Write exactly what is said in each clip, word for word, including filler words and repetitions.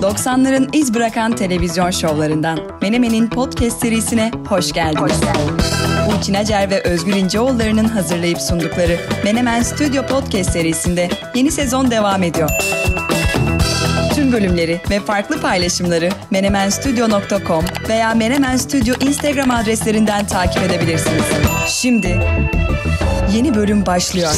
doksanların iz bırakan televizyon şovlarından Menemen'in podcast serisine hoş geldiniz. Hoş geldiniz. Burçin Acar ve Özgür İnceoğulları'nın hazırlayıp sundukları Menemen Stüdyo Podcast serisinde yeni sezon devam ediyor. Tüm bölümleri ve farklı paylaşımları menemenstudio nokta com veya Menemen Stüdyo Instagram adreslerinden takip edebilirsiniz. Şimdi yeni bölüm başlıyor.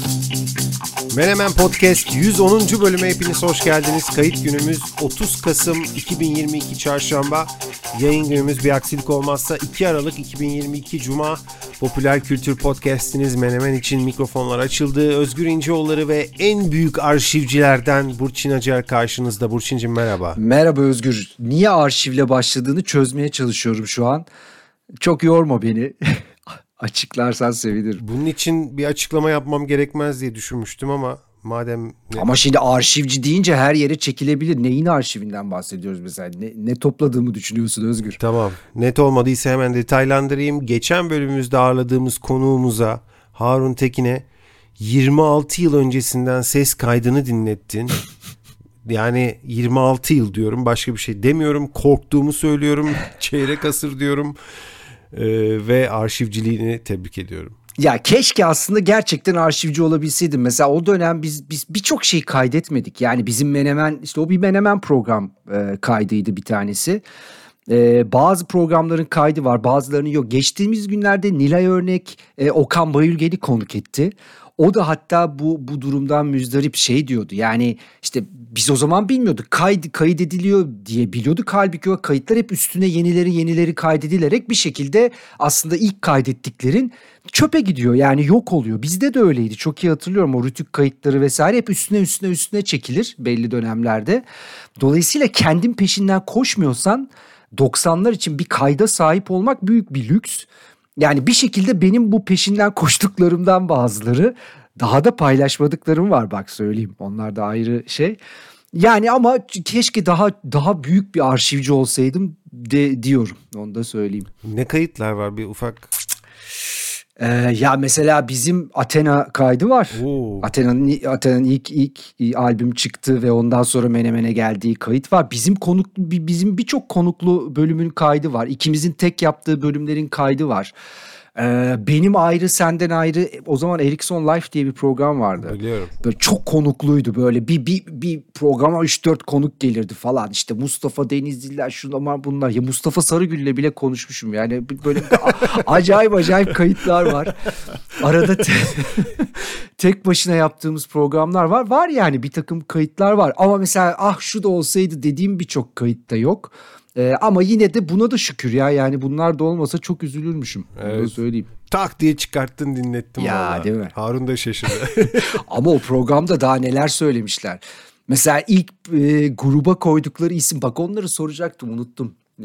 Menemen Podcast yüz onuncu bölüme hepiniz hoş geldiniz. Kayıt günümüz otuz Kasım iki bin yirmi iki Çarşamba. Yayın günümüz bir aksilik olmazsa iki Aralık iki bin yirmi iki Cuma. Popüler kültür podcastiniz Menemen için mikrofonlar açıldı. Özgür İnceoğulları ve en büyük arşivcilerden Burçin Acar karşınızda. Burçincim merhaba. Merhaba Özgür. Niye arşivle başladığını çözmeye çalışıyorum şu an. Çok yorma beni. Açıklarsan sevinirim. Bunun için bir açıklama yapmam gerekmez diye düşünmüştüm ama madem... Ama şimdi arşivci deyince her yere çekilebilir. Neyin arşivinden bahsediyoruz mesela? Ne, ne topladığımı düşünüyorsun Özgür? Tamam. Net olmadıysa hemen detaylandırayım. Geçen bölümümüzde ağırladığımız konuğumuza Harun Tekin'e yirmi altı yıl öncesinden ses kaydını dinlettin. Yani yirmi altı yıl diyorum. Başka bir şey demiyorum. Korktuğumu söylüyorum. Çeyrek asır diyorum. Ee, ve arşivciliğini tebrik ediyorum. Ya keşke aslında gerçekten arşivci olabilseydim. Mesela o dönem biz biz birçok şey kaydetmedik. Yani bizim Menemen, işte o bir Menemen program e, kaydıydı bir tanesi. E, bazı programların kaydı var, bazılarının yok. Geçtiğimiz günlerde Nilay Örnek, e, Okan Bayülgen'i konuk etti. O da hatta bu bu durumdan müzdarip şey diyordu. Yani işte biz o zaman bilmiyorduk. Kaydı kaydediliyor diye biliyorduk. Halbuki o kayıtlar hep üstüne yenileri yenileri kaydedilerek bir şekilde aslında ilk kaydettiklerin çöpe gidiyor. Yani yok oluyor. Bizde de öyleydi. Çok iyi hatırlıyorum. O rütük kayıtları vesaire hep üstüne üstüne üstüne çekilir belli dönemlerde. Dolayısıyla kendin peşinden koşmuyorsan doksanlar için bir kayda sahip olmak büyük bir lüks. Yani bir şekilde benim bu peşinden koştuklarımdan bazıları, daha da paylaşmadıklarım var bak söyleyeyim. Onlar da ayrı şey. Yani ama keşke daha daha büyük bir arşivci olsaydım de diyorum. Onu da söyleyeyim. Ne kayıtlar var bir ufak? Ee, ya mesela bizim Athena kaydı var. Oo. Athena'nın Athena'nın ilk ilk albüm çıktı ve ondan sonra Menemen'e geldiği kayıt var. Bizim konuk bizim birçok konuklu bölümün kaydı var. İkimizin tek yaptığı bölümlerin kaydı var. Ee, benim ayrı senden ayrı, o zaman Ericsson Life diye bir program vardı. Biliyorum. Böyle çok konukluydu, böyle bir bir bir programa üç dört konuk gelirdi falan. İşte Mustafa Denizliler, şunlar bunlar. Ya Mustafa Sarıgül'le bile konuşmuşum. Yani böyle acayip acayip kayıtlar var. Arada te- tek başına yaptığımız programlar var. Var yani bir takım kayıtlar var. Ama mesela ah şu da olsaydı dediğim birçok kayıt da yok. Ee, ama yine de buna da şükür ya, yani bunlar da olmasa çok üzülürmüşüm. Evet. Onu da söyleyeyim. Tak diye çıkarttın, dinlettim ya, valla. Değil mi? Harun da şaşırdı. Ama o programda daha neler söylemişler. Mesela ilk e, gruba koydukları isim, bak onları soracaktım unuttum. E,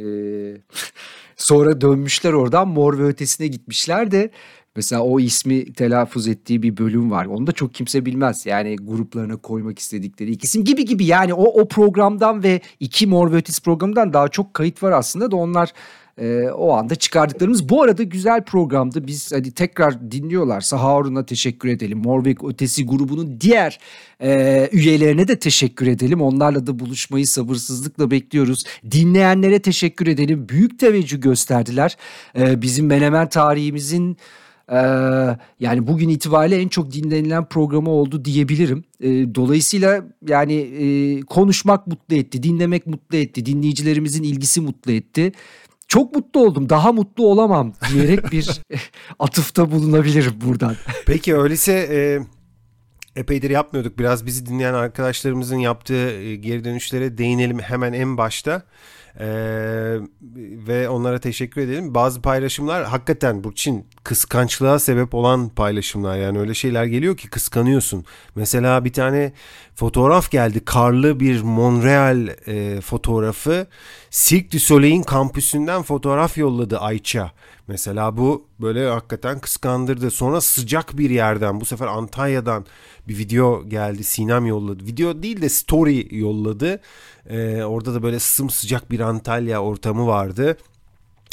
sonra dönmüşler oradan Mor ve Ötesi'ne gitmişler de mesela o ismi telaffuz ettiği bir bölüm var. Onu da çok kimse bilmez. Yani gruplarına koymak istedikleri iki isim gibi gibi. Yani o o programdan ve iki Mor ve Ötesi programından daha çok kayıt var aslında da onlar e, o anda çıkardıklarımız. Bu arada güzel programdı. Biz hadi tekrar dinliyorlarsa Harun'a teşekkür edelim. Mor ve Ötesi grubunun diğer e, üyelerine de teşekkür edelim. Onlarla da buluşmayı sabırsızlıkla bekliyoruz. Dinleyenlere teşekkür edelim. Büyük teveccüh gösterdiler. E, bizim Menemen tarihimizin Ee, yani bugün itibariyle en çok dinlenilen programı oldu diyebilirim. Ee, dolayısıyla yani e, konuşmak mutlu etti, dinlemek mutlu etti, dinleyicilerimizin ilgisi mutlu etti. Çok mutlu oldum, daha mutlu olamam diyerek bir atıfta bulunabilirim buradan. Peki öyleyse e, epeydir yapmıyorduk. Biraz bizi dinleyen arkadaşlarımızın yaptığı e, geri dönüşlere değinelim hemen en başta. Ee, ve onlara teşekkür edelim. Bazı paylaşımlar hakikaten Burçin kıskançlığa sebep olan paylaşımlar, yani öyle şeyler geliyor ki kıskanıyorsun. Mesela bir tane fotoğraf geldi, karlı bir Montreal e, fotoğrafı. Cirque du Soleil'in kampüsünden fotoğraf yolladı Ayça. Mesela bu böyle hakikaten kıskandırdı. Sonra sıcak bir yerden, bu sefer Antalya'dan bir video geldi. Sinem yolladı. Video değil de story yolladı. Ee, orada da böyle sımsıcak bir Antalya ortamı vardı.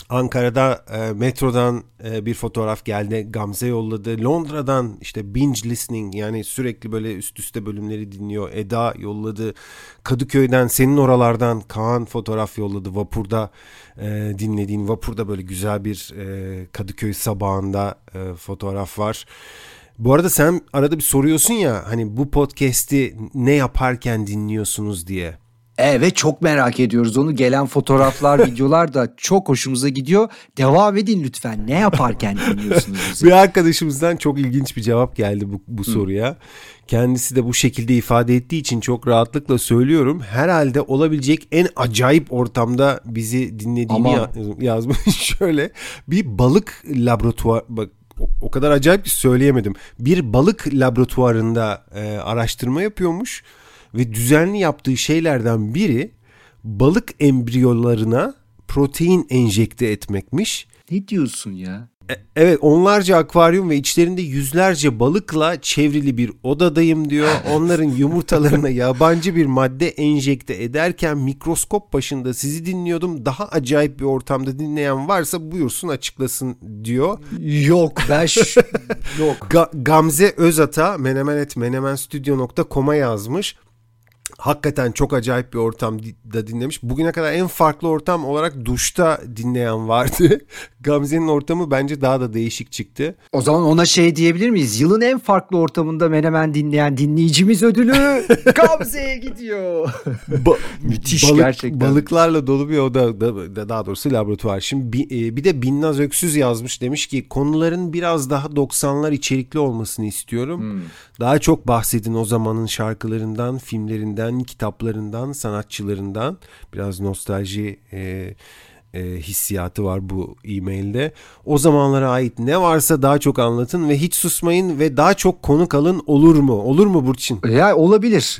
Ankara'da e, metrodan e, bir fotoğraf geldi. Gamze yolladı. Londra'dan işte binge listening, yani sürekli böyle üst üste bölümleri dinliyor. Eda yolladı. Kadıköy'den, senin oralardan Kaan fotoğraf yolladı. Vapurda e, dinlediğin, vapurda böyle güzel bir e, Kadıköy sabahında e, fotoğraf var. Bu arada sen arada bir soruyorsun ya, hani bu podcast'i ne yaparken dinliyorsunuz diye. Evet, çok merak ediyoruz onu. Gelen fotoğraflar, videolar da çok hoşumuza gidiyor. Devam edin lütfen. Ne yaparken dinliyorsunuz bizi? Bir arkadaşımızdan çok ilginç bir cevap geldi bu, bu soruya. Kendisi de bu şekilde ifade ettiği için çok rahatlıkla söylüyorum. Herhalde olabilecek en acayip ortamda bizi dinlediğini ya, yazmış. Şöyle bir balık laboratuvar, bak o kadar acayip ki söyleyemedim. Bir balık laboratuvarında e, araştırma yapıyormuş. Ve düzenli yaptığı şeylerden biri balık embriyolarına protein enjekte etmekmiş. Ne diyorsun ya? E, evet, onlarca akvaryum ve içlerinde yüzlerce balıkla çevrili bir odadayım diyor. Onların yumurtalarına yabancı bir madde enjekte ederken mikroskop başında sizi dinliyordum. Daha acayip bir ortamda dinleyen varsa buyursun açıklasın diyor. Yok ben ş- yok. Ga- Gamze Özata menemenet menemenstudio nokta com'a yazmış. Hakikaten çok acayip bir ortamda dinlemiş. Bugüne kadar en farklı ortam olarak duşta dinleyen vardı. Gamze'nin ortamı bence daha da değişik çıktı. O zaman ona şey diyebilir miyiz? Yılın en farklı ortamında Menemen dinleyen dinleyicimiz ödülü Gamze'ye gidiyor. Ba- Müthiş balık, gerçekten. Balıklarla dolu bir oda, daha doğrusu laboratuvar. Şimdi bir, bir de Binnaz Öksüz yazmış, demiş ki konuların biraz daha doksanlar içerikli olmasını istiyorum. Hmm. Daha çok bahsedin o zamanın şarkılarından, filmlerinden, kitaplarından, sanatçılarından. Biraz nostalji e, e, hissiyatı var bu e-mailde. O zamanlara ait ne varsa daha çok anlatın ve hiç susmayın ve daha çok konuk alın, olur mu? Olur mu Burçin? Ya olabilir.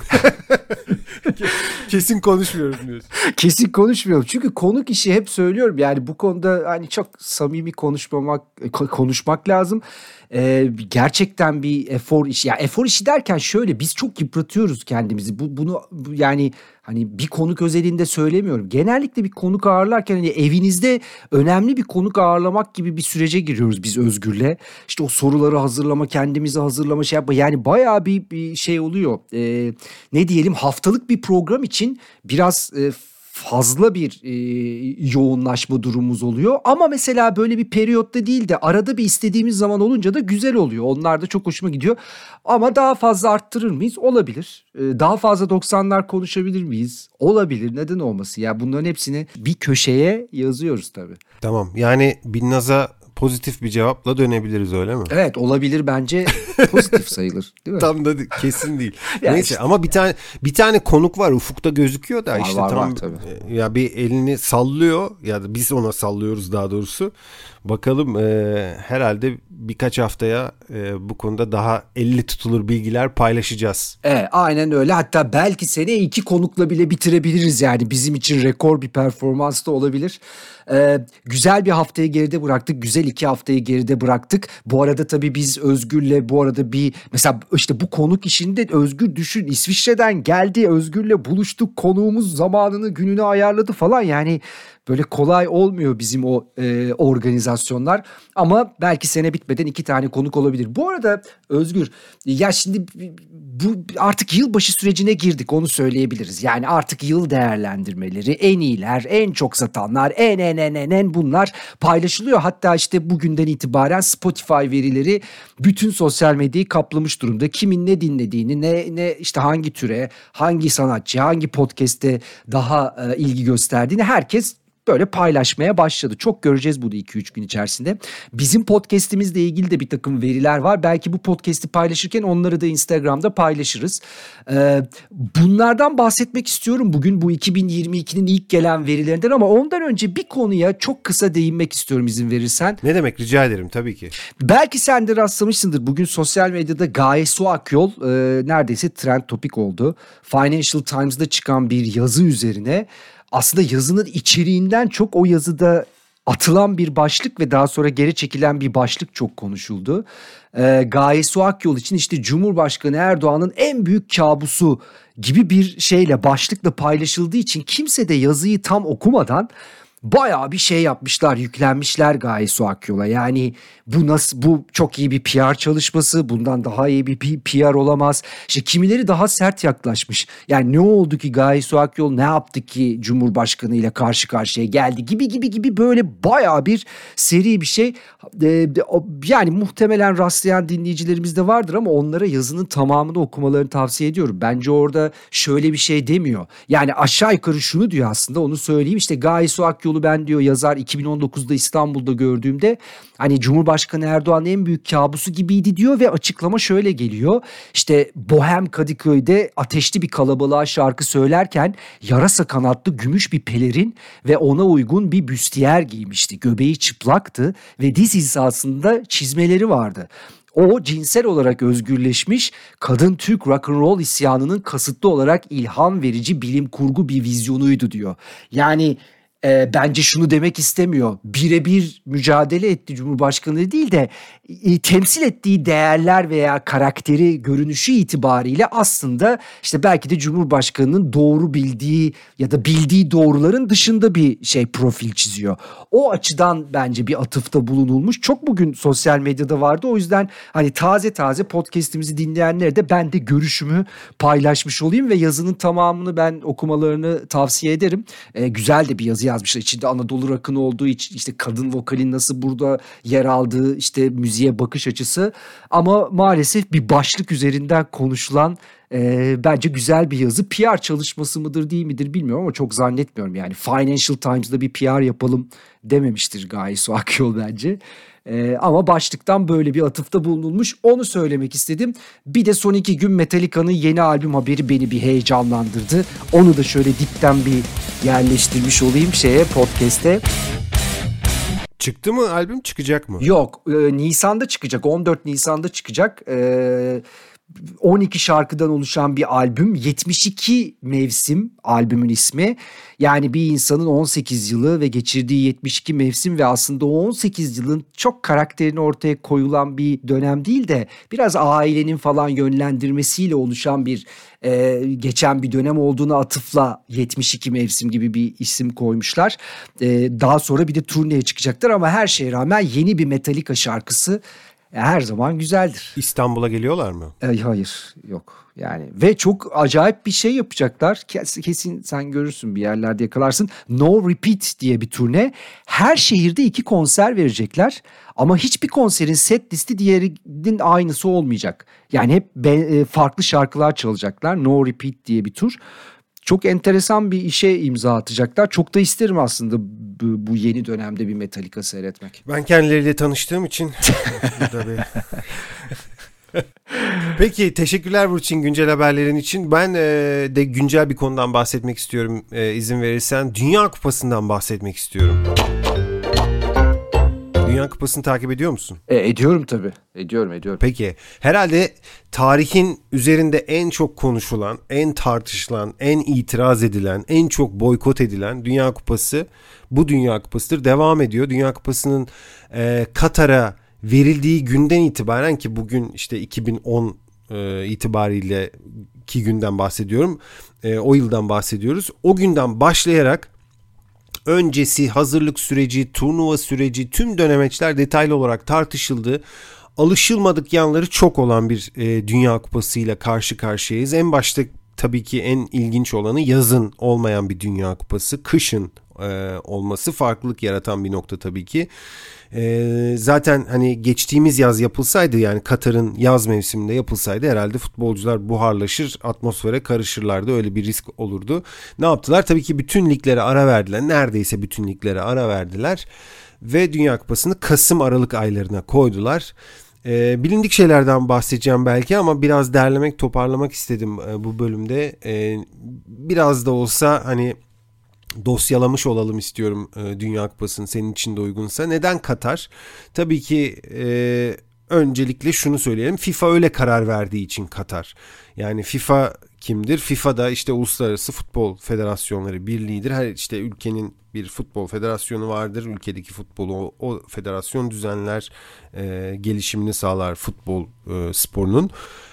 Kesin konuşmuyorum diyorsun. Kesin konuşmuyorum. Çünkü konuk işi hep söylüyorum. Yani bu konuda hani çok samimi konuşmamak konuşmak lazım. Ee, gerçekten bir efor işi. Ya efor işi derken şöyle, biz çok yıpratıyoruz kendimizi. Bu bunu yani hani bir konuk özelinde söylemiyorum. Genellikle bir konuk ağırlarken hani evinizde önemli bir konuk ağırlamak gibi bir sürece giriyoruz biz Özgür'le. İşte o soruları hazırlama, kendimizi hazırlama, şey yapma. Yani bayağı bir, bir şey oluyor. Ee, ne diyelim, haftalık bir program için biraz e, fazla bir e, yoğunlaşma durumumuz oluyor. Ama mesela böyle bir periyotta değil de arada bir istediğimiz zaman olunca da güzel oluyor. Onlar da çok hoşuma gidiyor. Ama daha fazla arttırır mıyız? Olabilir. E, daha fazla doksanlar konuşabilir miyiz? Olabilir. Neden olmasın? Ya bunların hepsini bir köşeye yazıyoruz tabii. Tamam. Yani Binnaz'a pozitif bir cevapla dönebiliriz, öyle mi? Evet, olabilir, bence pozitif sayılır, değil mi? Tam da kesin değil. Yani Neyse işte. Ama bir tane bir tane konuk var, ufukta gözüküyor da Var, işte var, tam var, tabii. ya bir elini sallıyor ya da biz ona sallıyoruz daha doğrusu. Bakalım e, herhalde birkaç haftaya e, bu konuda daha elle tutulur bilgiler paylaşacağız. Evet, aynen öyle. Hatta belki seneye iki konukla bile bitirebiliriz yani. Bizim için rekor bir performans da olabilir. Ee, güzel bir haftayı geride bıraktık. Güzel iki haftayı geride bıraktık. Bu arada tabii biz Özgür'le bu arada bir mesela işte bu konuk işinde Özgür düşün, İsviçre'den geldi. Özgür'le buluştuk. Konuğumuz zamanını, gününü ayarladı falan. Yani böyle kolay olmuyor bizim o e, organizasyonlar. Ama belki sene bitmeden iki tane konuk olabilir. Bu arada Özgür, ya şimdi bu artık yılbaşı sürecine girdik, onu söyleyebiliriz. Yani artık yıl değerlendirmeleri, en iyiler, en çok satanlar, en en en en en bunlar paylaşılıyor. Hatta işte bugünden itibaren Spotify verileri bütün sosyal medyayı kaplamış durumda. Kimin ne dinlediğini, ne ne işte hangi türe, hangi sanatçı, hangi podcast'te daha e, ilgi gösterdiğini herkes böyle paylaşmaya başladı. Çok göreceğiz bunu iki üç gün içerisinde. Bizim podcast'imizle ilgili de bir takım veriler var. Belki bu podcast'i paylaşırken onları da Instagram'da paylaşırız. Ee, bunlardan bahsetmek istiyorum bugün, bu iki bin yirmi ikinin ilk gelen verilerinden, ama ondan önce bir konuya çok kısa değinmek istiyorum izin verirsen. Ne demek, rica ederim tabii ki. Belki sen de rastlamışsındır. Bugün sosyal medyada Gaye Su Akyol e, neredeyse trend topik oldu. Financial Times'da çıkan bir yazı üzerine, aslında yazının içeriğinden çok o yazıda atılan bir başlık ve daha sonra geri çekilen bir başlık çok konuşuldu. Ee, Gaye Su Akyol için işte Cumhurbaşkanı Erdoğan'ın en büyük kabusu gibi bir şeyle, başlıkla paylaşıldığı için kimse de yazıyı tam okumadan bayağı bir şey yapmışlar, yüklenmişler Gaye Su Akyol'a. Yani bu nasıl, bu çok iyi bir P R çalışması, bundan daha iyi bir P R olamaz. İşte kimileri daha sert yaklaşmış. Yani ne oldu ki Gaye Su Akyol ne yaptı ki Cumhurbaşkanı ile karşı karşıya geldi gibi gibi gibi böyle bayağı bir seri bir şey. Ee, yani muhtemelen rastlayan dinleyicilerimiz de vardır ama onlara yazının tamamını okumalarını tavsiye ediyorum. Bence orada şöyle bir şey demiyor. Yani aşağı yukarı şunu diyor aslında, onu söyleyeyim. İşte Gaye Su Akyol'u ben diyor yazar iki bin on dokuzda İstanbul'da gördüğümde hani Cumhurbaşkanı Erdoğan'ın en büyük kabusu gibiydi diyor ve açıklama şöyle geliyor. İşte Bohem Kadıköy'de ateşli bir kalabalığa şarkı söylerken yarasa kanatlı gümüş bir pelerin ve ona uygun bir büstiyer giymişti. Göbeği çıplaktı ve diz hizasında çizmeleri vardı. O cinsel olarak özgürleşmiş kadın Türk rock'n'roll isyanının kasıtlı olarak ilham verici bilim kurgu bir vizyonuydu diyor. Yani e, bence şunu demek istemiyor. Birebir mücadele etti Cumhurbaşkanı değil de e, temsil ettiği değerler veya karakteri, görünüşü itibariyle aslında işte belki de Cumhurbaşkanı'nın doğru bildiği ya da bildiği doğruların dışında bir şey, profil çiziyor. O açıdan bence bir atıfta bulunulmuş. Çok bugün sosyal medyada vardı. O yüzden hani taze taze podcast'imizi dinleyenlere de ben de görüşümü paylaşmış olayım ve yazının tamamını ben okumalarını tavsiye ederim. E, güzel de bir yazı yazmışlar. İçinde Anadolu rock'ın olduğu için işte kadın vokalin nasıl burada yer aldığı, işte müziğe bakış açısı, ama maalesef bir başlık üzerinden konuşulan e, bence güzel bir yazı. P R çalışması mıdır değil midir bilmiyorum ama çok zannetmiyorum. Yani Financial Times'da bir P R yapalım dememiştir Gaye Su Akyol bence. Ee, ama başlıktan böyle bir atıfta bulunulmuş. Onu söylemek istedim. Bir de son iki gün Metallica'nın yeni albüm haberi beni bir heyecanlandırdı. Onu da şöyle dipten bir yerleştirmiş olayım şeye, podcast'e. Çıktı mı albüm, çıkacak mı? Yok, e, Nisan'da çıkacak. on dört Nisan'da çıkacak. Eee on iki şarkıdan oluşan bir albüm. yetmiş iki mevsim albümün ismi. Yani bir insanın on sekiz yılı ve geçirdiği yetmiş iki mevsim ve aslında o on sekiz yılın çok karakterini ortaya koyulan bir dönem değil de biraz ailenin falan yönlendirmesiyle oluşan bir e, geçen bir dönem olduğuna atıfla yetmiş iki mevsim gibi bir isim koymuşlar. E, daha sonra bir de turneye çıkacaklar ama her şeye rağmen yeni bir Metallica şarkısı her zaman güzeldir. İstanbul'a geliyorlar mı? E, hayır, yok yani. Ve çok acayip bir şey yapacaklar. Kesin, kesin sen görürsün, bir yerlerde yakalarsın. No Repeat diye bir turne. Her şehirde iki konser verecekler. Ama hiçbir konserin set listi diğerinin aynısı olmayacak. Yani hep be, farklı şarkılar çalacaklar. No Repeat diye bir tur. Çok enteresan bir işe imza atacaklar. Çok da isterim aslında bu, bu yeni dönemde bir Metallica seyretmek. Ben kendileriyle tanıştığım için. Tabii. Peki, teşekkürler Burçin güncel haberlerin için. Ben e, de güncel bir konudan bahsetmek istiyorum, e, izin verirsen. Dünya Kupası'ndan bahsetmek istiyorum. Dünya Kupası'nı takip ediyor musun? E, ediyorum tabii. Ediyorum, ediyorum. Peki, herhalde tarihin üzerinde en çok konuşulan, en tartışılan, en itiraz edilen, en çok boykot edilen Dünya Kupası bu Dünya Kupası'dır. Devam ediyor. Dünya Kupası'nın e, Katar'a verildiği günden itibaren, ki bugün işte iki bin on e, itibariyle ki günden bahsediyorum. E, o yıldan bahsediyoruz. O günden başlayarak öncesi, hazırlık süreci, turnuva süreci, tüm dönemeçler detaylı olarak tartışıldı. Alışılmadık yanları çok olan bir e, Dünya Kupası ile karşı karşıyayız. En başta tabii ki en ilginç olanı yazın olmayan bir Dünya Kupası, kışın e, olması farklılık yaratan bir nokta tabii ki. E, zaten hani geçtiğimiz yaz yapılsaydı, yani Katar'ın yaz mevsiminde yapılsaydı herhalde futbolcular buharlaşır, atmosfere karışırlardı. Öyle bir risk olurdu. Ne yaptılar? Tabii ki bütün liglere ara verdiler. Neredeyse bütün liglere ara verdiler. Ve Dünya Kupası'nı Kasım-Aralık aylarına koydular. Ee, bilindik şeylerden bahsedeceğim belki ama biraz derlemek, toparlamak istedim e, bu bölümde. E, biraz da olsa hani dosyalamış olalım istiyorum e, Dünya Kupası'nı, senin için de uygunsa. Neden Katar? Tabii ki e, öncelikle şunu söyleyelim. FIFA öyle karar verdiği için Katar. Yani FIFA kimdir? FIFA da işte Uluslararası Futbol Federasyonları Birliği'dir. Her işte ülkenin bir futbol federasyonu vardır. Ülkedeki futbolu o, o federasyon düzenler, e, gelişimini sağlar futbol e, sporunun.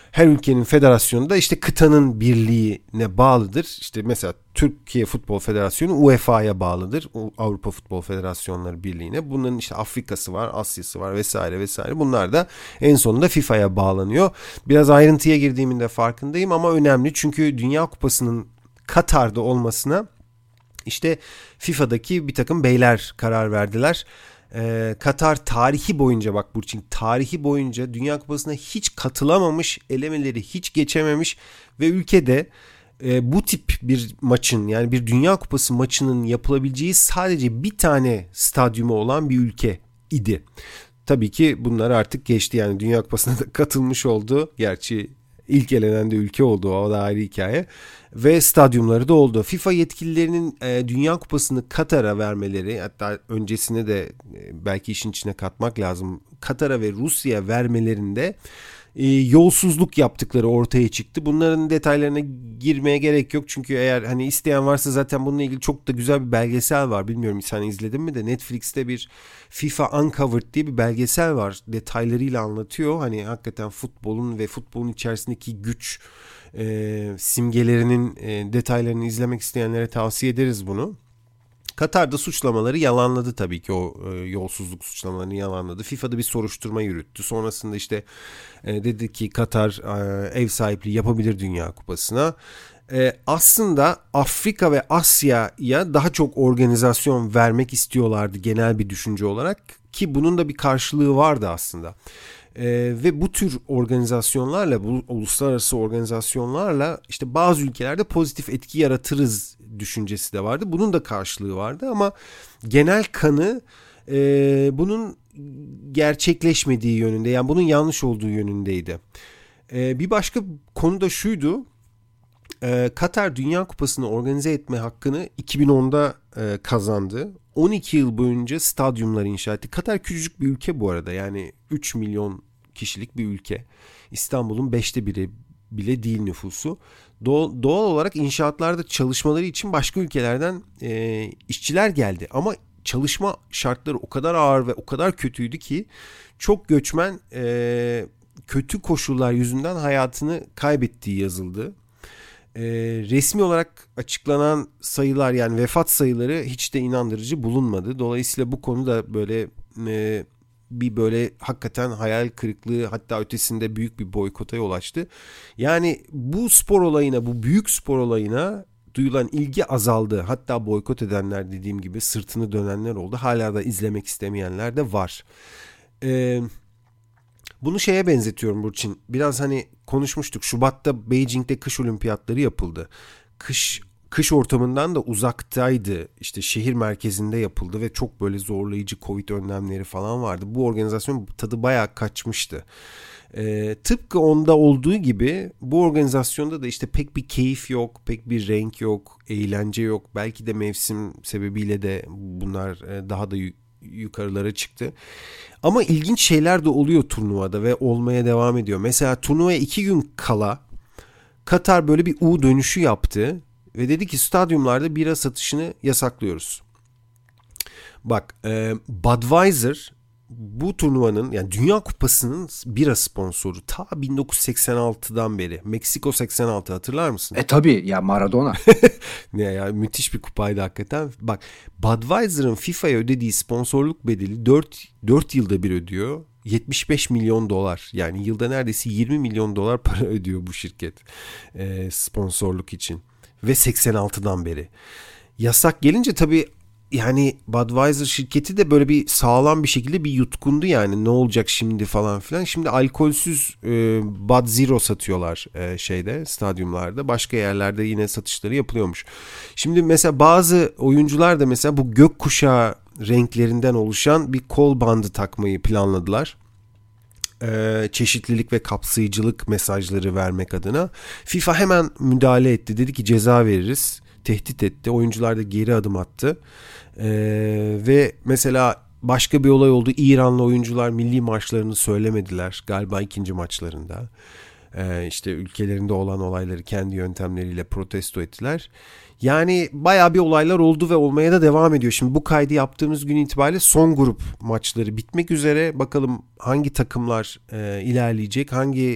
Her ülkenin federasyonu da işte kıtanın birliğine bağlıdır. İşte mesela Türkiye Futbol Federasyonu U E F A'ya bağlıdır. Avrupa Futbol Federasyonları Birliği'ne. Bunların işte Afrika'sı var, Asya'sı var vesaire vesaire. Bunlar da en sonunda FIFA'ya bağlanıyor. Biraz ayrıntıya girdiğimin de farkındayım ama önemli. Çünkü Dünya Kupası'nın Katar'da olmasına işte FIFA'daki bir takım beyler karar verdiler. Ee, Katar tarihi boyunca, bak Burçin, tarihi boyunca Dünya Kupası'na hiç katılamamış, elemeleri hiç geçememiş ve ülkede e, bu tip bir maçın, yani bir Dünya Kupası maçının yapılabileceği sadece bir tane stadyumu olan bir ülke idi. Tabii ki bunlar artık geçti, yani Dünya Kupası'na da katılmış oldu. Gerçi ilk elenen de ülke oldu, o da ayrı hikaye. Ve stadyumları da oldu. FIFA yetkililerinin e, Dünya Kupası'nı Katar'a vermeleri, hatta öncesine de e, belki işin içine katmak lazım, Katar'a ve Rusya'ya vermelerinde e, yolsuzluk yaptıkları ortaya çıktı. Bunların detaylarına girmeye gerek yok. Çünkü eğer hani isteyen varsa zaten bununla ilgili çok da güzel bir belgesel var. Bilmiyorum sen izledin mi de, Netflix'te bir FIFA Uncovered diye bir belgesel var. Detaylarıyla anlatıyor. Hani hakikaten futbolun ve futbolun içerisindeki güç E, simgelerinin e, detaylarını izlemek isteyenlere tavsiye ederiz bunu. Katar'da suçlamaları yalanladı tabii ki, o e, yolsuzluk suçlamalarını yalanladı. FIFA'da bir soruşturma yürüttü. Sonrasında işte e, dedi ki Katar e, ev sahipliği yapabilir Dünya Kupası'na. E, aslında Afrika ve Asya'ya daha çok organizasyon vermek istiyorlardı genel bir düşünce olarak, ki bunun da bir karşılığı vardı aslında. Ee, ve bu tür organizasyonlarla, bu uluslararası organizasyonlarla işte bazı ülkelerde pozitif etki yaratırız düşüncesi de vardı. Bunun da karşılığı vardı ama genel kanı e, bunun gerçekleşmediği yönünde, yani bunun yanlış olduğu yönündeydi. E, bir başka konu da şuydu. E, Katar Dünya Kupası'nı organize etme hakkını iki bin onda e, kazandı. on iki yıl boyunca stadyumlar inşa etti. Katar küçücük bir ülke bu arada. Yani üç milyon kişilik bir ülke. İstanbul'un beşte biri bile değil nüfusu. Doğal, doğal olarak inşaatlarda çalışmaları için başka ülkelerden e, işçiler geldi. Ama çalışma şartları o kadar ağır ve o kadar kötüydü ki çok göçmen e, kötü koşullar yüzünden hayatını kaybettiği yazıldı. E, resmi olarak açıklanan sayılar, yani vefat sayıları hiç de inandırıcı bulunmadı. Dolayısıyla bu konu da böyle e, bir böyle hakikaten hayal kırıklığı, hatta ötesinde büyük bir boykota yol açtı. Yani bu spor olayına, bu büyük spor olayına duyulan ilgi azaldı. Hatta boykot edenler, dediğim gibi sırtını dönenler oldu. Hala da izlemek istemeyenler de var. Eee Bunu şeye benzetiyorum Burçin. Biraz hani konuşmuştuk. Şubat'ta Beijing'de kış olimpiyatları yapıldı. Kış kış ortamından da uzaktaydı. İşte şehir merkezinde yapıldı ve çok böyle zorlayıcı Covid önlemleri falan vardı. Bu organizasyon tadı bayağı kaçmıştı. Ee, tıpkı onda olduğu gibi bu organizasyonda da işte pek bir keyif yok, pek bir renk yok, eğlence yok. Belki de mevsim sebebiyle de bunlar daha da yukarılara çıktı. Ama ilginç şeyler de oluyor turnuvada ve olmaya devam ediyor. Mesela turnuvaya iki gün kala Katar böyle bir U dönüşü yaptı ve dedi ki stadyumlarda bira satışını yasaklıyoruz. Bak, e, Budweiser bu turnuvanın, yani Dünya Kupası'nın bira sponsoru ta bin dokuz yüz seksen altıdan beri. Meksiko seksen altı, hatırlar mısın? E tabii ya, Maradona. Ne ya, müthiş bir kupaydı hakikaten. Bak, Budweiser'ın FIFA'ya ödediği sponsorluk bedeli dört yılda bir ödüyor. yetmiş beş milyon dolar. Yani yılda neredeyse yirmi milyon dolar para ödüyor bu şirket e, sponsorluk için. Ve seksen altıdan beri. Yasak gelince tabii, yani Budweiser şirketi de böyle bir sağlam bir şekilde bir yutkundu, yani ne olacak şimdi falan filan. Şimdi alkolsüz e, Bud Zero satıyorlar e, şeyde, stadyumlarda. Başka yerlerde yine satışları yapılıyormuş. Şimdi mesela bazı oyuncular da mesela bu gökkuşağı renklerinden oluşan bir kol bandı takmayı planladılar. Ee, çeşitlilik ve kapsayıcılık mesajları vermek adına. FIFA hemen müdahale etti. Dedi ki ceza veririz. Tehdit etti. Oyuncular da geri adım attı. Ee, ve mesela başka bir olay oldu. İranlı oyuncular milli marşlarını söylemediler galiba ikinci maçlarında. Ee, işte ülkelerinde olan olayları kendi yöntemleriyle protesto ettiler. Yani bayağı bir olaylar oldu ve olmaya da devam ediyor. Şimdi bu kaydı yaptığımız gün itibariyle son grup maçları bitmek üzere. Bakalım hangi takımlar e, ilerleyecek, hangi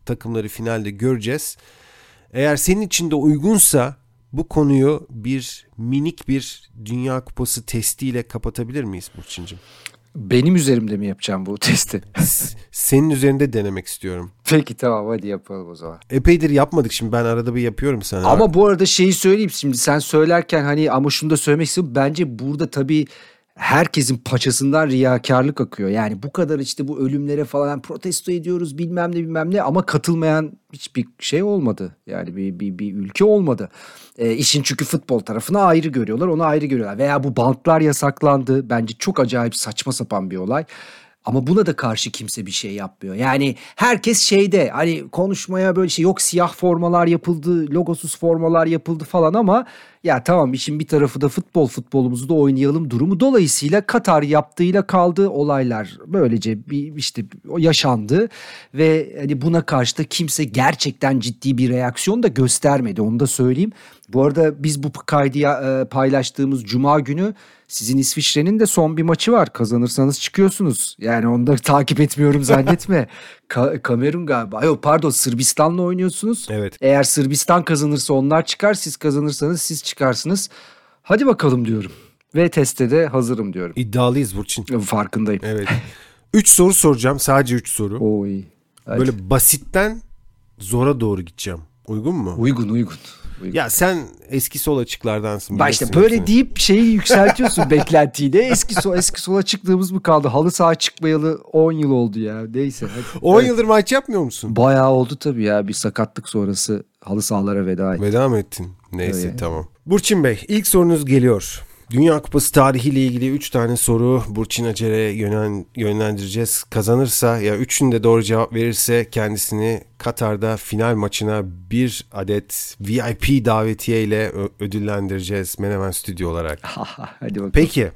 takımları finalde göreceğiz. Eğer senin için de uygunsa bu konuyu bir minik bir Dünya Kupası testiyle kapatabilir miyiz Burçin'cim? Benim üzerimde mi yapacağım bu testi? Senin üzerinde denemek istiyorum. Peki tamam, hadi yapalım o zaman. Epeydir yapmadık, şimdi ben arada bir yapıyorum sana. Ama bu arada şeyi söyleyeyim, şimdi sen söylerken hani ama şunu da söylemek istiyorum. Bence burada tabii herkesin paçasından riyakarlık akıyor. Yani bu kadar işte bu ölümlere falan protesto ediyoruz bilmem ne bilmem ne ama katılmayan hiçbir şey olmadı. Yani bir, bir, bir ülke olmadı. E, işin çünkü futbol tarafını ayrı görüyorlar, onu ayrı görüyorlar. Veya bu bantlar yasaklandı. Bence çok acayip saçma sapan bir olay. Ama buna da karşı kimse bir şey yapmıyor. Yani herkes şeyde hani konuşmaya böyle şey yok, siyah formalar yapıldı, logosuz formalar yapıldı falan ama ya tamam, işin bir tarafı da futbol, futbolumuzu da oynayalım durumu. Dolayısıyla Katar yaptığıyla kaldı, olaylar böylece bir işte o yaşandı ve hani buna karşı da kimse gerçekten ciddi bir reaksiyon da göstermedi, onu da söyleyeyim. Bu arada biz bu kaydı e, paylaştığımız Cuma günü sizin İsviçre'nin de son bir maçı var. Kazanırsanız çıkıyorsunuz. Yani onu da takip etmiyorum zannetme. Ka- Kamerun galiba. Yok pardon, Sırbistan'la oynuyorsunuz. Evet. Eğer Sırbistan kazanırsa onlar çıkar. Siz kazanırsanız siz çıkarsınız. Hadi bakalım diyorum. Ve teste de hazırım diyorum. İddialıyız Burçin. Farkındayım. Evet. Üç soru soracağım. Sadece üç soru. Oy. Hadi. Böyle basitten zora doğru gideceğim. Uygun mu? Uygun uygun. Uygun. Ya sen eski sol açıklardansın. Bak işte böyle deyip şeyi yükseltiyorsun beklentiyi de. Eski sol, eski sola çıktığımız mı kaldı? Halı saha çıkmayalı on yıl oldu ya. Neyse. Hadi. on Evet. yıldır maç yapmıyor musun? Bayağı oldu tabii ya. Bir sakatlık sonrası halı sahalara veda ettim. Veda mı ettin? Neyse Evet. tamam. Burçin Bey, ilk sorunuz geliyor. Dünya Kupası tarihiyle ilgili üç tane soru Burçin Acer'e yönlen, yönlendireceğiz. Kazanırsa ya üçünü de doğru cevap verirse kendisini Katar'da final maçına bir adet V I P davetiye ile ödüllendireceğiz Menemen Stüdyo olarak. Hadi bakalım. Peki,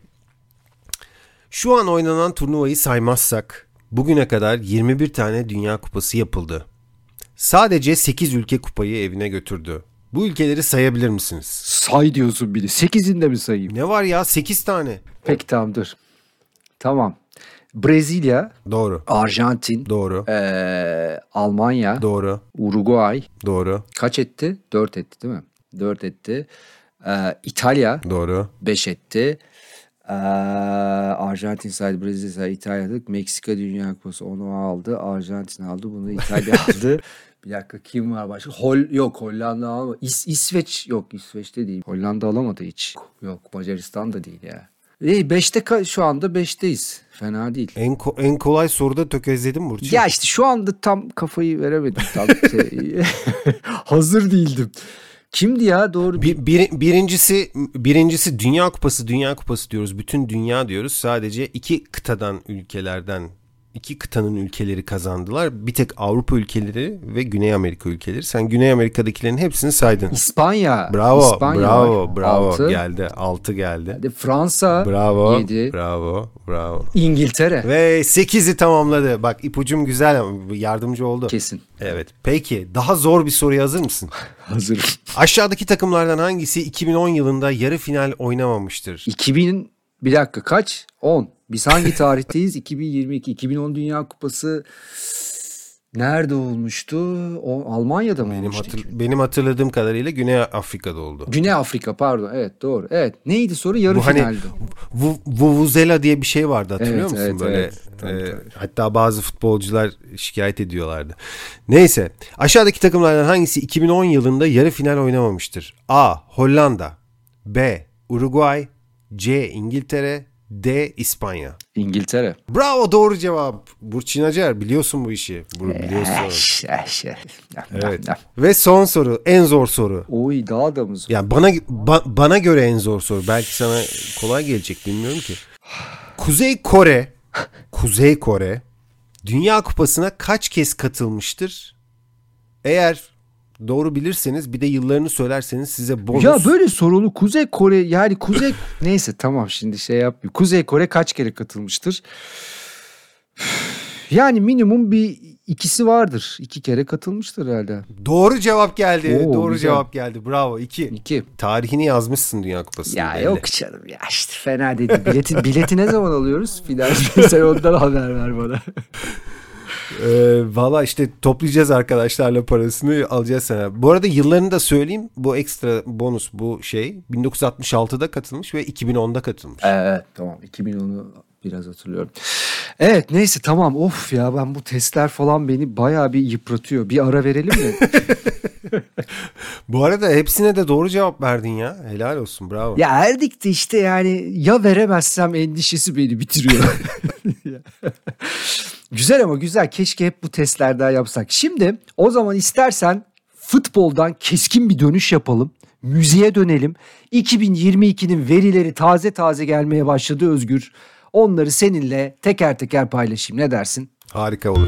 şu an oynanan turnuvayı saymazsak bugüne kadar yirmi bir tane Dünya Kupası yapıldı. Sadece sekiz ülke kupayı evine götürdü. Bu ülkeleri sayabilir misiniz? Say diyorsun biri. sekizinde mi sayayım? Ne var ya, sekiz tane. Peki tamam dur. Tamam. Brezilya, Doğru. Arjantin, Doğru. ee, Almanya, Doğru. Uruguay. Doğru. Kaç etti? dört etti değil mi? dört etti. Ee, İtalya Doğru. beş etti. Ee, Arjantin saydı, Brezilya saydı, İtalya aldık. Meksika Dünya Kupası onu aldı. Arjantin aldı. Bunu İtalya aldı. Bir dakika, kim var başka? Hol yok, Hollanda alamadı. İs İsveç yok, İsveç'te değil. Hollanda alamadı hiç. Yok, Macaristan da değil ya. İyi, beşte ka- şu anda beşteyiz. Fena değil. En, ko- en kolay soruda tökezledim Burcu. Ya işte şu anda tam kafayı veremedim. Tam şey, hazır değildim. Kimdi ya doğru? Bir, bir, birincisi birincisi Dünya Kupası, Dünya Kupası diyoruz. Bütün dünya diyoruz. Sadece iki kıtadan ülkelerden, iki kıtanın ülkeleri kazandılar. Bir tek Avrupa ülkeleri ve Güney Amerika ülkeleri. Sen Güney Amerika'dakilerin hepsini saydın. İspanya. Bravo, İspanya bravo, var. bravo. Altı. Geldi. Altı geldi. Hadi Fransa. Bravo, yedi. bravo, bravo. İngiltere. Ve sekizi tamamladı. Bak, ipucum güzel ama yardımcı oldu. Kesin. Evet. Peki, daha zor bir soruya hazır mısın? Hazırım. Aşağıdaki takımlardan hangisi iki bin on yılında yarı final oynamamıştır? iki bin bir dakika kaç? on. Biz hangi tarihteyiz? iki bin yirmi iki. iki bin on Dünya Kupası nerede olmuştu? O Almanya'da mı Benim, olmuştu? hatır, benim hatırladığım kadarıyla Güney Afrika'da oldu. Güney Afrika pardon. Evet doğru. Evet. Neydi soru? Yarı Bu hani finalde. Vu- Vuvuzela diye bir şey vardı, hatırlıyor Evet, musun? evet, Böyle evet. Tabii, e, tabii. hatta bazı futbolcular şikayet ediyorlardı. Neyse, aşağıdaki takımlardan hangisi iki bin on yılında yarı final oynamamıştır? A. Hollanda, B. Uruguay, C. İngiltere, D. İspanya. İngiltere. Bravo, doğru cevap. Burçin Acar, biliyorsun bu işi. Bu, biliyorsun. Eş, eş, eş. Evet. Ve son soru, en zor soru. Oy, daha da mı zor? Yani bana ba- bana göre en zor soru. Belki sana kolay gelecek, bilmiyorum ki. Kuzey Kore, Kuzey Kore Dünya Kupası'na kaç kez katılmıştır? Eğer doğru bilirseniz, bir de yıllarını söylerseniz size bonus. Ya böyle sorulu Kuzey Kore, yani Kuzey neyse tamam, şimdi şey yapmayayım. Kuzey Kore kaç kere katılmıştır? Yani minimum bir ikisi vardır. İki kere katılmıştır herhalde. Doğru cevap geldi. Oo, doğru güzel. cevap geldi. Bravo. İki. İki. Tarihini yazmışsın Dünya Kupası'nın. Ya belli. yok canım ya, işte fena dedi. Bileti, bileti ne zaman alıyoruz? Finalde sen ondan haber ver bana. Ee, Valla işte toplayacağız arkadaşlarla parasını, alacağız sana. Bu arada yıllarını da söyleyeyim. Bu ekstra bonus bu şey. bin dokuz yüz altmış altıda katılmış ve iki bin onda katılmış. Evet tamam, iki bin onu biraz hatırlıyorum. Evet neyse tamam, of ya ben bu testler falan beni bayağı bir yıpratıyor. Bir ara verelim mi? Bu arada hepsine de doğru cevap verdin ya. Helal olsun, bravo. Ya erdik de işte yani ya veremezsem endişesi beni bitiriyor. Güzel ama güzel, keşke hep bu testler daha yapsak. Şimdi o zaman istersen futboldan keskin bir dönüş yapalım. Müziğe dönelim. iki bin yirmi ikinin verileri taze taze gelmeye başladı Özgür. Onları seninle teker teker paylaşayım, ne dersin? Harika olur.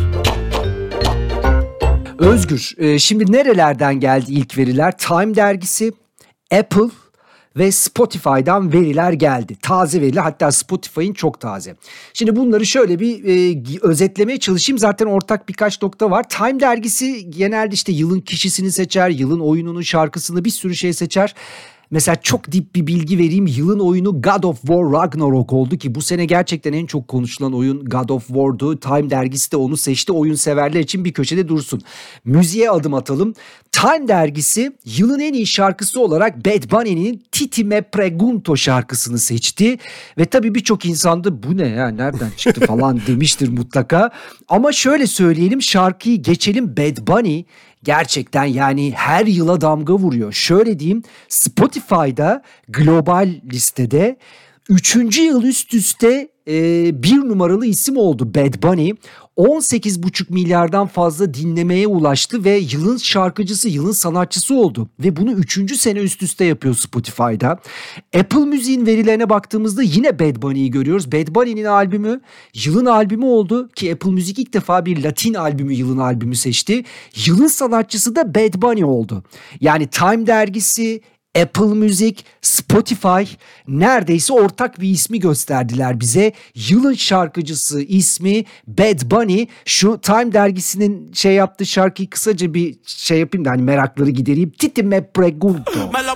Özgür, şimdi nerelerden geldi ilk veriler? Time dergisi, Apple ve Spotify'dan veriler geldi. Taze veriler, hatta Spotify'ın çok taze. Şimdi bunları şöyle bir e, özetlemeye çalışayım. Zaten ortak birkaç nokta var. Time dergisi genelde işte yılın kişisini seçer, yılın oyununun şarkısını, bir sürü şey seçer. Mesela çok dip bir bilgi vereyim. Yılın oyunu God of War Ragnarok oldu ki bu sene gerçekten en çok konuşulan oyun God of War'du. Time dergisi de onu seçti. Oyun severler için bir köşede dursun. Müziğe adım atalım. Time dergisi yılın en iyi şarkısı olarak Bad Bunny'nin Titi Me Pregunto şarkısını seçti. Ve tabii birçok insan da bu ne ya, nereden çıktı falan demiştir mutlaka. Ama şöyle söyleyelim, şarkıyı geçelim, Bad Bunny gerçekten yani her yıla damga vuruyor. Şöyle diyeyim, Spotify'da global listede üçüncü yıl üst üste e, bir numaralı isim oldu Bad Bunny. on sekiz buçuk milyardan fazla dinlemeye ulaştı ve yılın şarkıcısı, yılın sanatçısı oldu. Ve bunu üçüncü sene üst üste yapıyor Spotify'da. Apple Müziğin verilerine baktığımızda yine Bad Bunny'yi görüyoruz. Bad Bunny'nin albümü yılın albümü oldu ki Apple Müzik ilk defa bir Latin albümü yılın albümü seçti. Yılın sanatçısı da Bad Bunny oldu. Yani Time dergisi, Apple Müzik, Spotify neredeyse ortak bir ismi gösterdiler bize. Yılın şarkıcısı ismi Bad Bunny. Şu Time dergisinin şey yaptığı şarkıyı kısaca bir şey yapayım da hani merakları gidereyim. Titi Me Pregunto.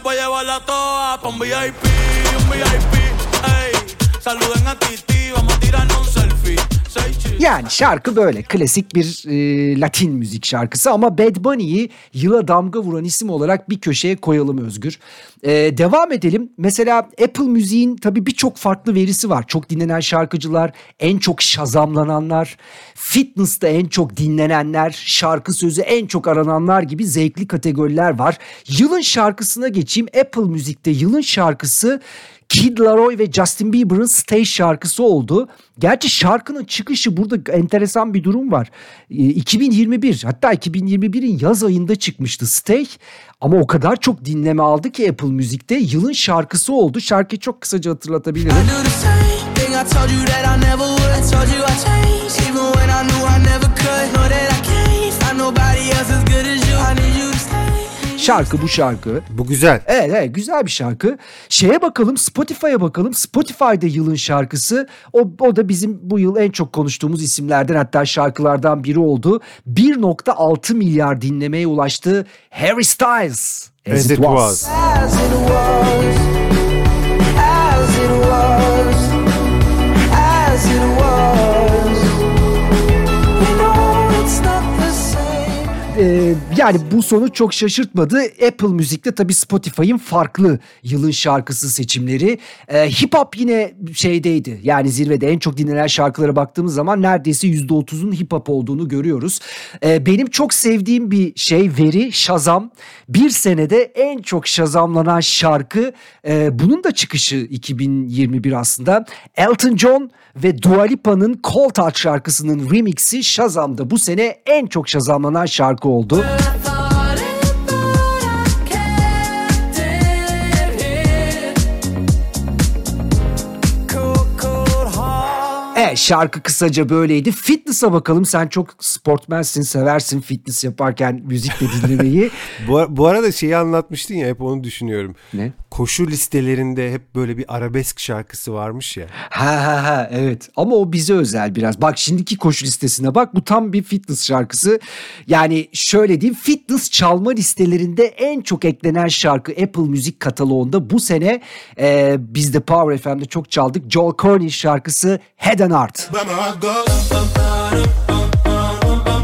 Yani şarkı böyle klasik bir e, Latin müzik şarkısı ama Bad Bunny'yi yıla damga vuran isim olarak bir köşeye koyalım Özgür. E, devam edelim. Mesela Apple Müziğin tabii birçok farklı verisi var. Çok dinlenen şarkıcılar, en çok şazamlananlar, fitness'ta en çok dinlenenler, şarkı sözü en çok arananlar gibi zevkli kategoriler var. Yılın şarkısına geçeyim. Apple Müzik'te yılın şarkısı Kid Laroi ve Justin Bieber'ın Stay şarkısı oldu. Gerçi şarkının çıkışı burada enteresan bir durum var. iki bin yirmi bir, hatta iki bin yirmi birin yaz ayında çıkmıştı Stay. Ama o kadar çok dinleme aldı ki Apple Müzik'te yılın şarkısı oldu. Şarkıyı çok kısaca hatırlatabilirim. Şarkı bu şarkı. Bu güzel. Evet, evet güzel bir şarkı. Şeye bakalım, Spotify'a bakalım. Spotify'da yılın şarkısı. O, o da bizim bu yıl en çok konuştuğumuz isimlerden, hatta şarkılardan biri oldu. bir virgül altı milyar dinlemeye ulaştı Harry Styles. As, As it, it was. was. As it was. As it was. As it was. We know it's not the same. Ee, yani bu sonuç çok şaşırtmadı. Apple Müzik'te tabii Spotify'ın farklı yılın şarkısı seçimleri. Ee, hip hop yine şeydeydi. Yani zirvede en çok dinlenen şarkılara baktığımız zaman neredeyse yüzde otuzun hip hop olduğunu görüyoruz. Ee, benim çok sevdiğim bir şey, veri Shazam. Bir senede en çok şazamlanan şarkı. E, bunun da çıkışı iki bin yirmi bir aslında. Elton John ve Dua Lipa'nın Cold Touch şarkısının remixi Shazam'da bu sene en çok şazamlanan şarkı oldu. Evet, şarkı kısaca böyleydi. Fitness'a bakalım. Sen çok sportmensin, seversin fitness yaparken müzikle dinlemeyi. bu, bu arada şeyi anlatmıştın ya, hep onu düşünüyorum. Ne? Koşu listelerinde hep böyle bir arabesk şarkısı varmış ya. Ha ha ha evet, ama o bize özel biraz. Bak şimdiki koşu listesine bak, bu tam bir fitness şarkısı. Yani şöyle diyeyim, fitness çalma listelerinde en çok eklenen şarkı Apple Müzik kataloğunda bu sene e, biz de Power F M'de çok çaldık. Joel Cornish şarkısı Head and Heart.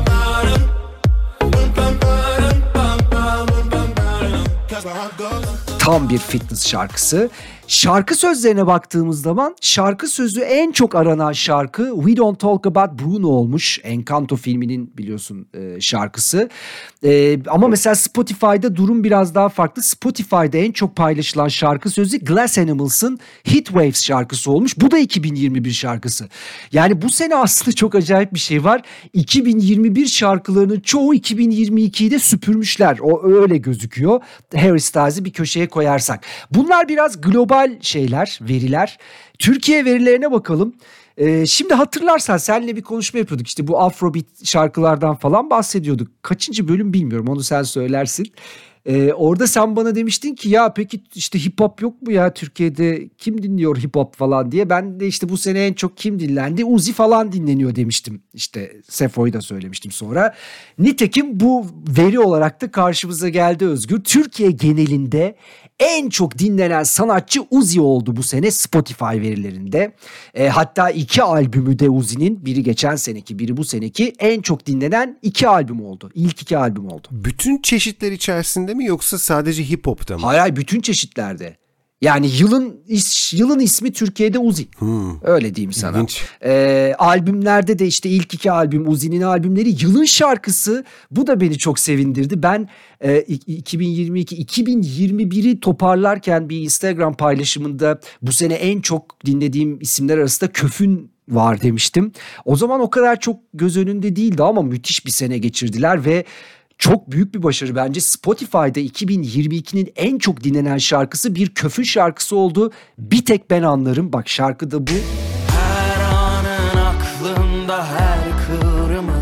Tam bir fitness şarkısı. Şarkı sözlerine baktığımız zaman şarkı sözü en çok aranan şarkı We Don't Talk About Bruno olmuş. Encanto filminin biliyorsun e, şarkısı. E, ama mesela Spotify'da durum biraz daha farklı. Spotify'da en çok paylaşılan şarkı sözü Glass Animals'ın Heat Waves şarkısı olmuş. Bu da iki bin yirmi bir şarkısı. Yani bu sene aslında çok acayip bir şey var. iki bin yirmi bir şarkılarının çoğu iki bin yirmi ikiyi de süpürmüşler. O öyle gözüküyor. Harry Styles'ı bir köşeye koyarsak. Bunlar biraz global şeyler, veriler. Türkiye verilerine bakalım. Ee, şimdi hatırlarsan seninle bir konuşma yapıyorduk. İşte bu Afrobeat şarkılardan falan bahsediyorduk. Kaçıncı bölüm bilmiyorum, onu sen söylersin. Ee, orada sen bana demiştin ki ya peki işte hip hop yok mu ya Türkiye'de, kim dinliyor hip hop falan diye. Ben de işte bu sene en çok kim dinlendi? Uzi falan dinleniyor demiştim. İşte Sefo'yu da söylemiştim sonra. Nitekim bu veri olarak da karşımıza geldi Özgür. Türkiye genelinde en çok dinlenen sanatçı Uzi oldu bu sene Spotify verilerinde. E, hatta iki albümü de Uzi'nin, biri geçen seneki biri bu seneki, en çok dinlenen iki albüm oldu. İlk iki albüm oldu. Bütün çeşitler içerisinde mi yoksa sadece hip hop'ta mı? Hayır hayır, bütün çeşitlerde. Yani yılın yılın ismi Türkiye'de Uzi. Hmm. Öyle diyeyim sana. Ee, albümlerde de işte ilk iki albüm Uzi'nin albümleri, yılın şarkısı. Bu da beni çok sevindirdi. Ben e, iki bin yirmi iki iki bin yirmi biri toparlarken bir Instagram paylaşımında bu sene en çok dinlediğim isimler arasında Köfün var demiştim. O zaman o kadar çok göz önünde değildi ama müthiş bir sene geçirdiler ve çok büyük bir başarı bence. Spotify'da iki bin yirmi ikinin en çok dinlenen şarkısı bir Köfün şarkısı oldu. Bir tek ben anlarım. Bak şarkı da bu. Her anın aklımda, her kıvrımın,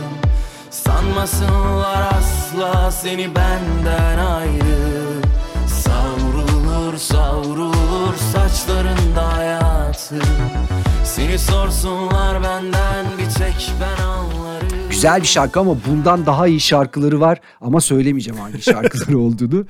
sanmasınlar asla seni benden ayrı. Savrulur savrulur saçlarında hayatı, seni sorsunlar benden bir tek ben anlarım. Güzel bir şarkı ama bundan daha iyi şarkıları var ama söylemeyeceğim hangi şarkıları olduğunu.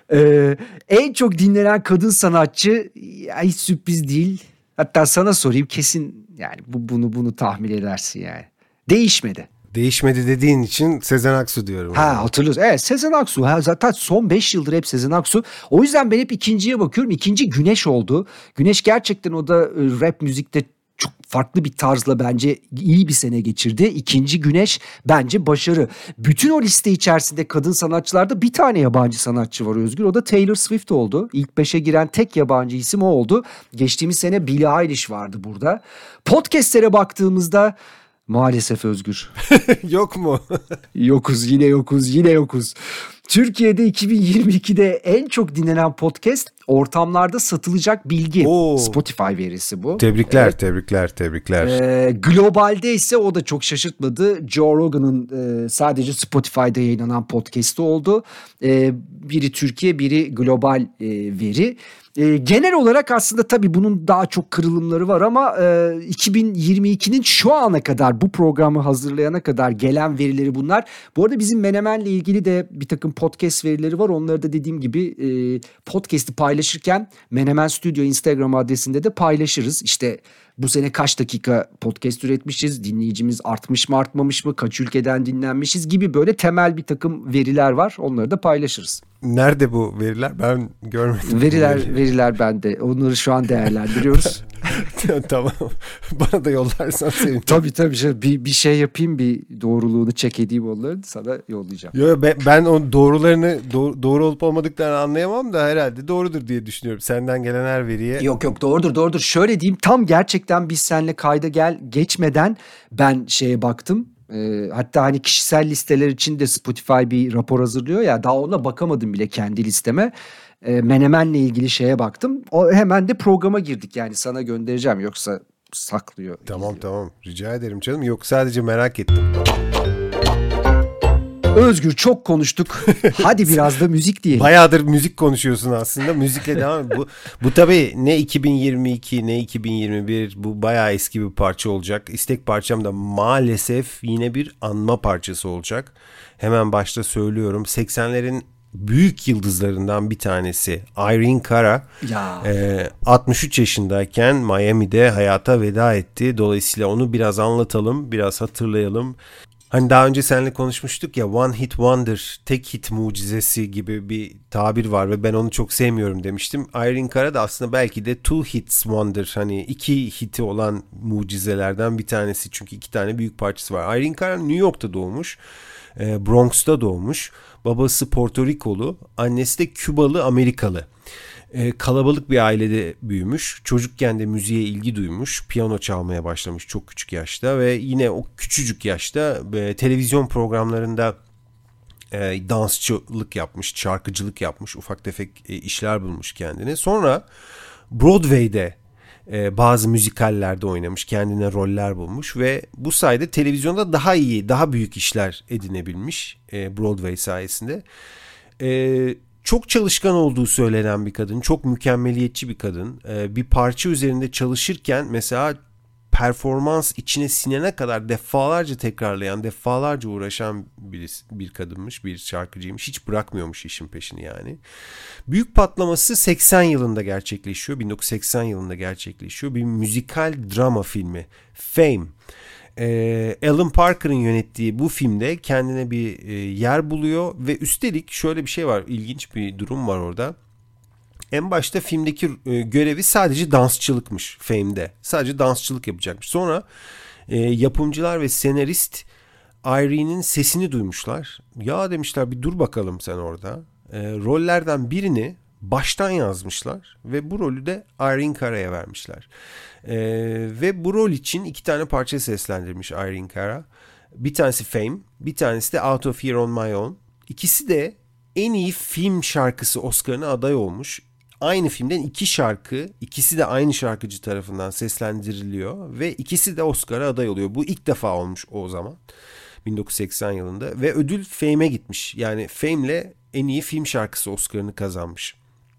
Ee, en çok dinlenen kadın sanatçı ya hiç sürpriz değil. Hatta sana sorayım, kesin yani bu bunu bunu tahmin edersin yani. Değişmedi. Değişmedi dediğin için Sezen Aksu diyorum. Ha yani. Hatırlıyorsun. Evet, Sezen Aksu. Ha, zaten son beş yıldır hep Sezen Aksu. O yüzden ben hep ikinciye bakıyorum. İkinci Güneş oldu. Güneş gerçekten o da rap müzikte çok farklı bir tarzla bence iyi bir sene geçirdi. İkinci Güneş bence başarı. Bütün o liste içerisinde kadın sanatçılarda bir tane yabancı sanatçı var Özgür. O da Taylor Swift oldu. İlk beşe giren tek yabancı isim o oldu. Geçtiğimiz sene Billie Eilish vardı burada. Podcast'lere baktığımızda maalesef Özgür. Yok mu? Yokuz, yine yokuz, yine yokuz. Türkiye'de iki bin yirmi ikide en çok dinlenen podcast Ortamlarda Satılacak Bilgi. Oo. Spotify verisi bu. Tebrikler, evet. tebrikler, tebrikler. Ee, globalde ise o da çok şaşırtmadı. Joe Rogan'ın e, sadece Spotify'da yayınlanan podcast'ı oldu. E, biri Türkiye, biri global e, veri. E, genel olarak aslında tabii bunun daha çok kırılımları var ama e, iki bin yirmi ikinin şu ana kadar, bu programı hazırlayana kadar gelen verileri bunlar. Bu arada bizim Menemen'le ilgili de bir takım podcast verileri var. Onları da dediğim gibi e, podcast'i paylaşırken Menemen Stüdyo Instagram adresinde de paylaşırız. İşte bu sene kaç dakika podcast üretmişiz, dinleyicimiz artmış mı artmamış mı, kaç ülkeden dinlenmişiz gibi böyle temel bir takım veriler var. Onları da paylaşırız. Nerede bu veriler? Ben görmedim. Veriler veriler bende. Onları şu an değerlendiriyoruz. Tamam. Bana da yollarsan sevinirim. Tabii tabii. Bir, bir şey yapayım, bir doğruluğunu check edeyim, onları sana yollayacağım. Yo, ben, ben o doğrularını doğru, doğru olup olmadıklarını anlayamam da herhalde doğrudur diye düşünüyorum. Senden gelen her veriye. Yok yok, doğrudur doğrudur. Şöyle diyeyim, tam gerçekten biz seninle kayda gel geçmeden ben şeye baktım. E, hatta hani kişisel listeler için de Spotify bir rapor hazırlıyor ya, daha ona bakamadım bile kendi listeme. E, Menemen'le ilgili şeye baktım. O hemen de programa girdik, yani sana göndereceğim, yoksa saklıyor. Tamam tamam, rica ederim canım. Yok, sadece merak ettim. Özgür, çok konuştuk. Hadi biraz da müzik diyelim. Bayağıdır müzik konuşuyorsun aslında. Müzikle devam. Bu bu tabii ne iki bin yirmi iki ne iki bin yirmi bir, bu bayağı eski bir parça olacak. İstek parçam da maalesef yine bir anma parçası olacak. Hemen başta söylüyorum. seksenlerin büyük yıldızlarından bir tanesi Irene Cara ya. e, altmış üç yaşındayken Miami'de hayata veda etti. Dolayısıyla onu biraz anlatalım, biraz hatırlayalım. Hani daha önce seninle konuşmuştuk ya, one hit wonder, tek hit mucizesi gibi bir tabir var ve ben onu çok sevmiyorum demiştim. Irene Cara da aslında belki de two hits wonder, hani iki hiti olan mucizelerden bir tanesi. Çünkü iki tane büyük parçası var. Irene Cara New York'ta doğmuş, Bronx'ta doğmuş. Babası Porto Rikolu, annesi de Kübalı Amerikalı. E, kalabalık bir ailede büyümüş. Çocukken de müziğe ilgi duymuş. Piyano çalmaya başlamış çok küçük yaşta ve yine o küçücük yaşta e, televizyon programlarında e, dansçılık yapmış, şarkıcılık yapmış, ufak tefek e, işler bulmuş kendine. Sonra Broadway'de e, bazı müzikallerde oynamış, kendine roller bulmuş ve bu sayede televizyonda daha iyi, daha büyük işler edinebilmiş e, Broadway sayesinde. E, Çok çalışkan olduğu söylenen bir kadın, çok mükemmeliyetçi bir kadın. Ee, bir parça üzerinde çalışırken mesela performans içine sinene kadar defalarca tekrarlayan, defalarca uğraşan bir, bir kadınmış, bir şarkıcıymış. Hiç bırakmıyormuş işin peşini yani. Büyük patlaması seksen yılında gerçekleşiyor, bin dokuz yüz seksen yılında gerçekleşiyor. Bir müzikal drama filmi, Fame. Ee, Alan Parker'ın yönettiği bu filmde kendine bir e, yer buluyor ve üstelik şöyle bir şey var, ilginç bir durum var orada. En başta filmdeki e, görevi sadece dansçılıkmış Fame'de. Sadece dansçılık yapacakmış. Sonra e, yapımcılar ve senarist Irene'in sesini duymuşlar. Ya demişler, bir dur bakalım sen orada. E, rollerden birini baştan yazmışlar ve bu rolü de Irene Cara'ya vermişler. Ee, ve bu rol için iki tane parça seslendirmiş Irene Cara. Bir tanesi Fame, bir tanesi de Out of Here on My Own. İkisi de en iyi film şarkısı Oscar'ına aday olmuş. Aynı filmden iki şarkı, ikisi de aynı şarkıcı tarafından seslendiriliyor ve ikisi de Oscar'a aday oluyor. Bu ilk defa olmuş o zaman, bin dokuz yüz seksen yılında ve ödül Fame'e gitmiş. Yani Fame'le en iyi film şarkısı Oscar'ını kazanmış.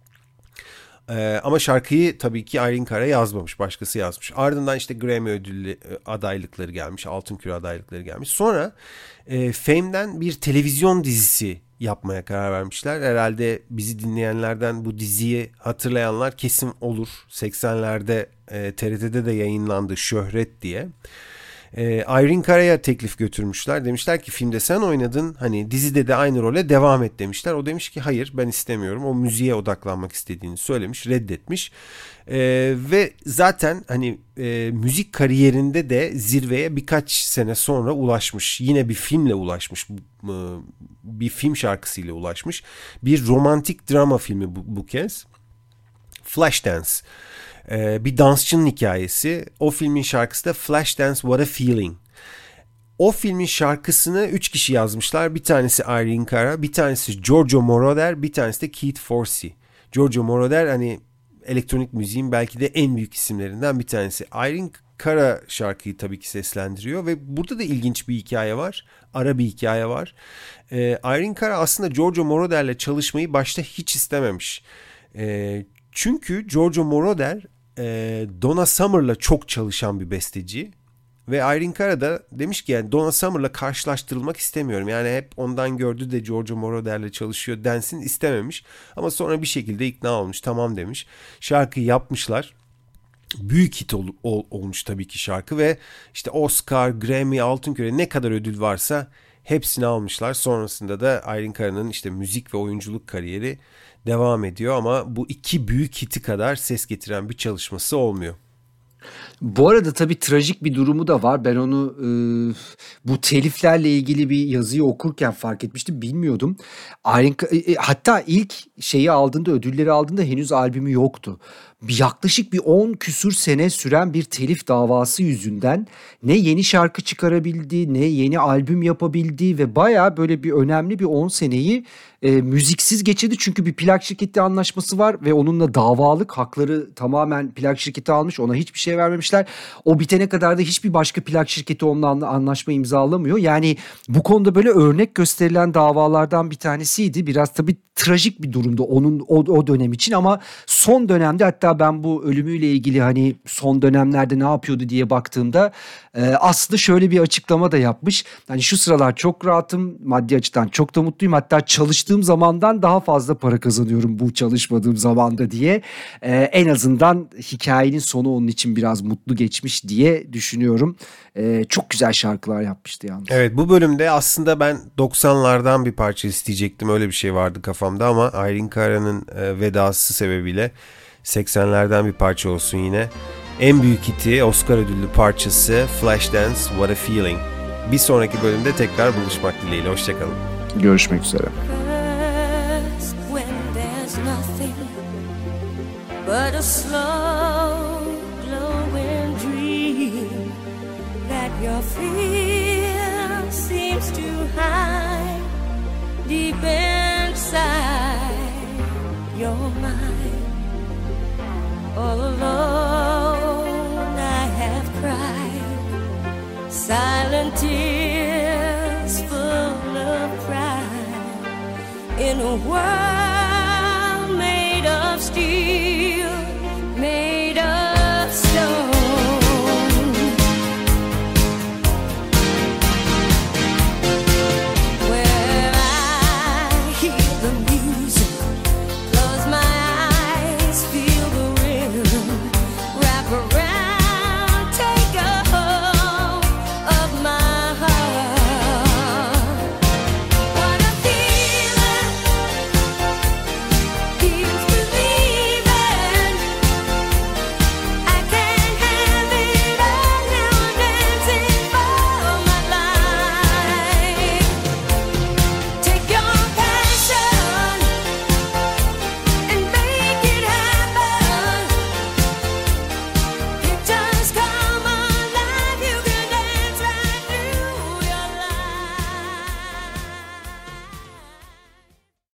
Ee, ama şarkıyı tabii ki Irene Cara yazmamış, başkası yazmış. Ardından işte Grammy ödülü adaylıkları gelmiş, Altın Küre adaylıkları gelmiş. Sonra e, Fame'den bir televizyon dizisi yapmaya karar vermişler. Herhalde bizi dinleyenlerden bu diziyi hatırlayanlar kesin olur. seksenlerde e, T R T'de de yayınlandı, Şöhret diye. Ee, Irene Cara'ya teklif götürmüşler. Demişler ki filmde sen oynadın, hani dizide de aynı role devam et demişler. O demiş ki hayır, ben istemiyorum. O müziğe odaklanmak istediğini söylemiş, reddetmiş. Ee, ve zaten hani e, müzik kariyerinde de zirveye birkaç sene sonra ulaşmış. Yine bir filmle ulaşmış. Bir film şarkısıyla ulaşmış. Bir romantik drama filmi bu, bu kez. Flashdance. Bir dansçının hikayesi. O filmin şarkısı da Flashdance What a Feeling. O filmin şarkısını üç kişi yazmışlar. Bir tanesi Irene Cara, bir tanesi Giorgio Moroder, bir tanesi de Keith Forsey. Giorgio Moroder hani elektronik müziğin belki de en büyük isimlerinden bir tanesi. Irene Cara şarkıyı tabii ki seslendiriyor ve burada da ilginç bir hikaye var. Ara bir hikaye var. Ee, Irene Cara aslında Giorgio Moroder'le çalışmayı başta hiç istememiş. Ee, çünkü Giorgio Moroder Donna Summer'la çok çalışan bir besteci ve Irene Cara da demiş ki yani Donna Summer'la karşılaştırılmak istemiyorum. Yani hep ondan gördü de Giorgio Moroder'le çalışıyor densin istememiş. Ama sonra bir şekilde ikna olmuş, tamam demiş. Şarkıyı yapmışlar. Büyük hit ol, ol, olmuş tabii ki şarkı ve işte Oscar, Grammy, Altın Küre ne kadar ödül varsa hepsini almışlar. Sonrasında da Irene Cara'nın işte müzik ve oyunculuk kariyeri devam ediyor ama bu iki büyük hiti kadar ses getiren bir çalışması olmuyor. Bu arada tabii trajik bir durumu da var. Ben onu e, bu teliflerle ilgili bir yazıyı okurken fark etmiştim. Bilmiyordum. Irene, e, hatta ilk şeyi aldığında, ödülleri aldığında henüz albümü yoktu. Yaklaşık bir on küsür sene süren bir telif davası yüzünden ne yeni şarkı çıkarabildi, ne yeni albüm yapabildi ve bayağı böyle bir önemli bir on seneyi e, müziksiz geçirdi. Çünkü bir plak şirketi anlaşması var ve onunla davalık, hakları tamamen plak şirketi almış, ona hiçbir şey vermemişler. O bitene kadar da hiçbir başka plak şirketi onunla anlaşma imzalamıyor. Yani bu konuda böyle örnek gösterilen davalardan bir tanesiydi. Biraz tabii trajik bir durumda onun o, o dönem için ama son dönemde hatta hatta ben bu ölümüyle ilgili hani son dönemlerde ne yapıyordu diye baktığımda e, aslında şöyle bir açıklama da yapmış. Hani şu sıralar çok rahatım, maddi açıdan çok da mutluyum. Hatta çalıştığım zamandan daha fazla para kazanıyorum bu çalışmadığım zamanda diye. E, en azından hikayenin sonu onun için biraz mutlu geçmiş diye düşünüyorum. E, çok güzel şarkılar yapmıştı yalnız. Evet, bu bölümde aslında ben doksanlardan bir parça isteyecektim. Öyle bir şey vardı kafamda ama Irene Cara'nın e, vedası sebebiyle seksenlerden bir parça olsun yine. En büyük hiti, Oscar ödüllü parçası Flashdance What a Feeling. Bir sonraki bölümde tekrar buluşmak dileğiyle. Hoşçakalın. Görüşmek üzere. First, when there's nothing but a slow glowing dream that your fear seems to hide deep inside your mind.